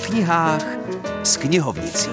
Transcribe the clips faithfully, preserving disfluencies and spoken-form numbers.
knihách s knihovnicí.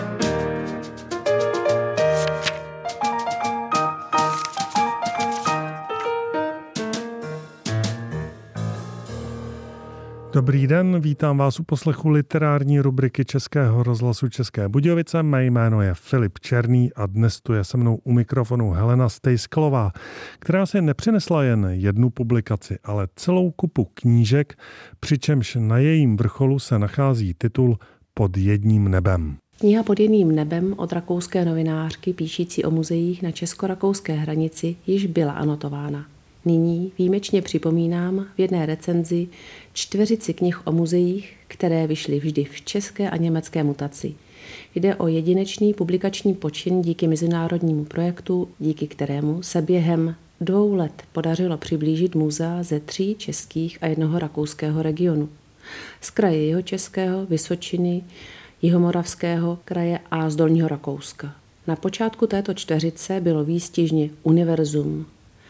Dobrý den, vítám vás u poslechu literární rubriky Českého rozhlasu České Budějovice. Mé jméno je Filip Černý a dnes tu je se mnou u mikrofonu Helena Stejsklová, která si nepřinesla jen jednu publikaci, ale celou kupu knížek, přičemž na jejím vrcholu se nachází titul Pod jedním nebem. Kniha Pod jedním nebem od rakouské novinářky píšící o muzeích na česko-rakouské hranici již byla anotována. Nyní výjimečně připomínám v jedné recenzi čtveřici knih o muzeích, které vyšly vždy v české a německé mutaci. Jde o jedinečný publikační počin díky mezinárodnímu projektu, díky kterému se během dvou let podařilo přiblížit muzea ze tří českých a jednoho rakouského regionu. Z kraje Jihočeského, Vysočiny, Jihomoravského kraje a z Dolního Rakouska. Na počátku této čtveřice bylo výstižně Univerzum.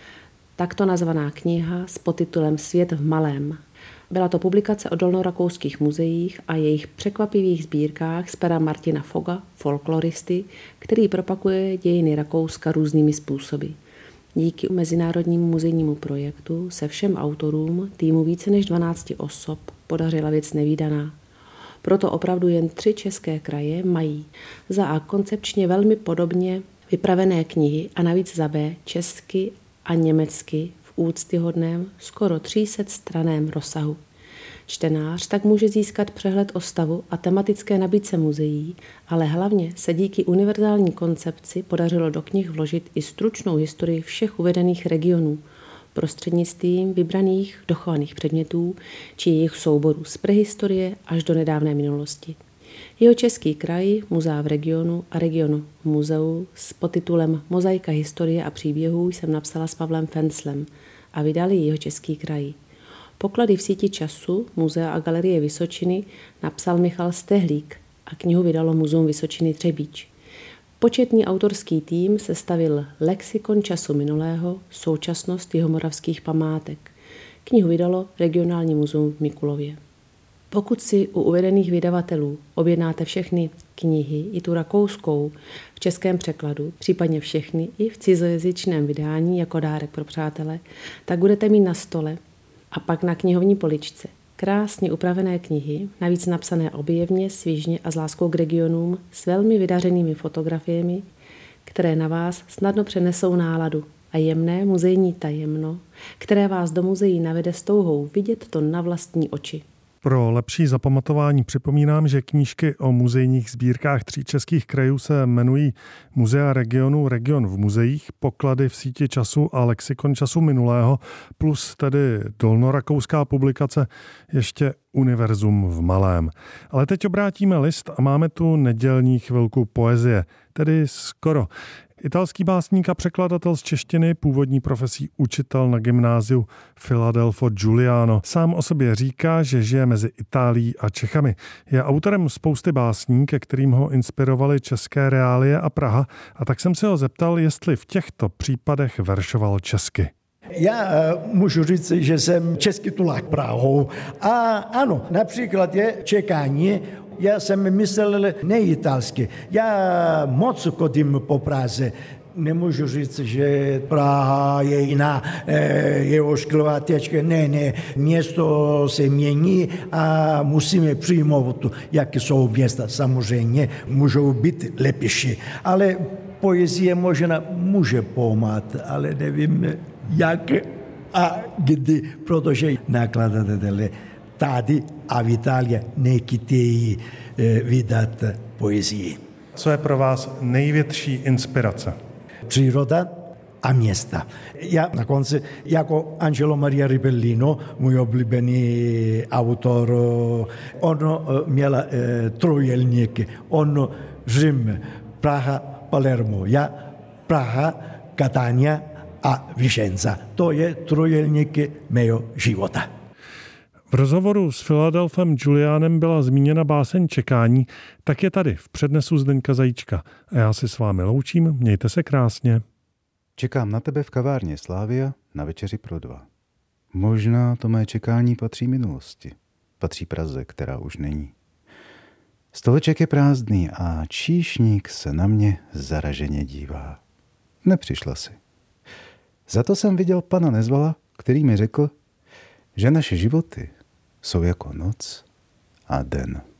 Takto nazvaná kniha s podtitulem Svět v malém. Byla to publikace o dolnorakouských muzeích a jejich překvapivých sbírkách z pera Martina Foga, folkloristy, který propaguje dějiny Rakouska různými způsoby. Díky mezinárodnímu muzejnímu projektu se všem autorům, týmu více než dvanácti osob, podařila věc nevídaná. Proto opravdu jen tři české kraje mají za A koncepčně velmi podobně vypravené knihy a navíc za B česky a německy v úctyhodném, skoro tři sta stranném rozsahu. Čtenář tak může získat přehled o stavu a tematické nabídce muzeí, ale hlavně se díky univerzální koncepci podařilo do knih vložit i stručnou historii všech uvedených regionů, prostřednictvím vybraných dochovaných předmětů či jejich souborů z prehistorie až do nedávné minulosti. Jihočeský kraj, muzea v regionu a regionu muzeu s podtitulem Mozaika historie a příběhů jsem napsala s Pavlem Fenclem a vydali Jihočeský kraj. Poklady v síti času, muzea a galerie Vysočiny napsal Michal Stehlík a knihu vydalo Muzeum Vysočiny Třebíč. Početný autorský tým sestavil Lexikon času minulého, současnost jihomoravských památek. Knihu vydalo Regionální muzeum v Mikulově. Pokud si u uvedených vydavatelů objednáte všechny knihy, i tu rakouskou v českém překladu, případně všechny i v cizojazyčném vydání jako dárek pro přátele, tak budete mít na stole a pak na knihovní poličce krásně upravené knihy, navíc napsané objevně, svižně a s láskou k regionům, s velmi vydařenými fotografiemi, které na vás snadno přenesou náladu a jemné muzejní tajemno, které vás do muzeí navede s touhou vidět to na vlastní oči. Pro lepší zapamatování připomínám, že knížky o muzejních sbírkách tří českých krajů se jmenují Muzea regionu, Region v muzeích, Poklady v síti času a Lexikon času minulého, plus tedy dolnorakouská publikace ještě Univerzum v malém. Ale teď obrátíme list a máme tu nedělní chvilku poezie, tedy skoro. Italský básník a překladatel z češtiny, původní profesí učitel na gymnáziu Filadelfo Giuliano, sám o sobě říká, že žije mezi Itálií a Čechami. Je autorem spousty básní, ke kterým ho inspirovaly české reálie a Praha, a tak jsem se ho zeptal, jestli v těchto případech veršoval česky. Já můžu říct, že jsem český tulák Prahou a ano, například je čekání. Já jsem myslel neitalsky. Já moc chodím po Praze. Nemůžu říct, že Praha je jiná, je ošklivá tečka. Ne, ne, město se mění a musíme přijmout, jak jsou města. Samozřejmě můžou být lepší, ale poezie možná může pomáhat, ale nevím jak a kdy, protože nakladatelé tady a v Itálii nechtějí vydat poezii. Co je pro vás největší inspirace? Příroda a města. Já na konci, jako Angelo Maria Ribellino, můj oblíbený autor, on měl trojelníky. On Řím, Praha, Palermo. Já Praha, Catania a Vicenza. To je trojelníky mého života. V rozhovoru s Filadelfem Giulianem byla zmíněna báseň Čekání, tak je tady v přednesu Zdeňka Zajíčka. A já si s vámi loučím, mějte se krásně. Čekám na tebe v kavárně Slavia na večeři pro dva. Možná to mé čekání patří minulosti. Patří Praze, která už není. Stoleček je prázdný a číšník se na mě zaraženě dívá. Nepřišla si. Za to jsem viděl pana Nezvala, který mi řekl, že naše životy jsou jako noc a den.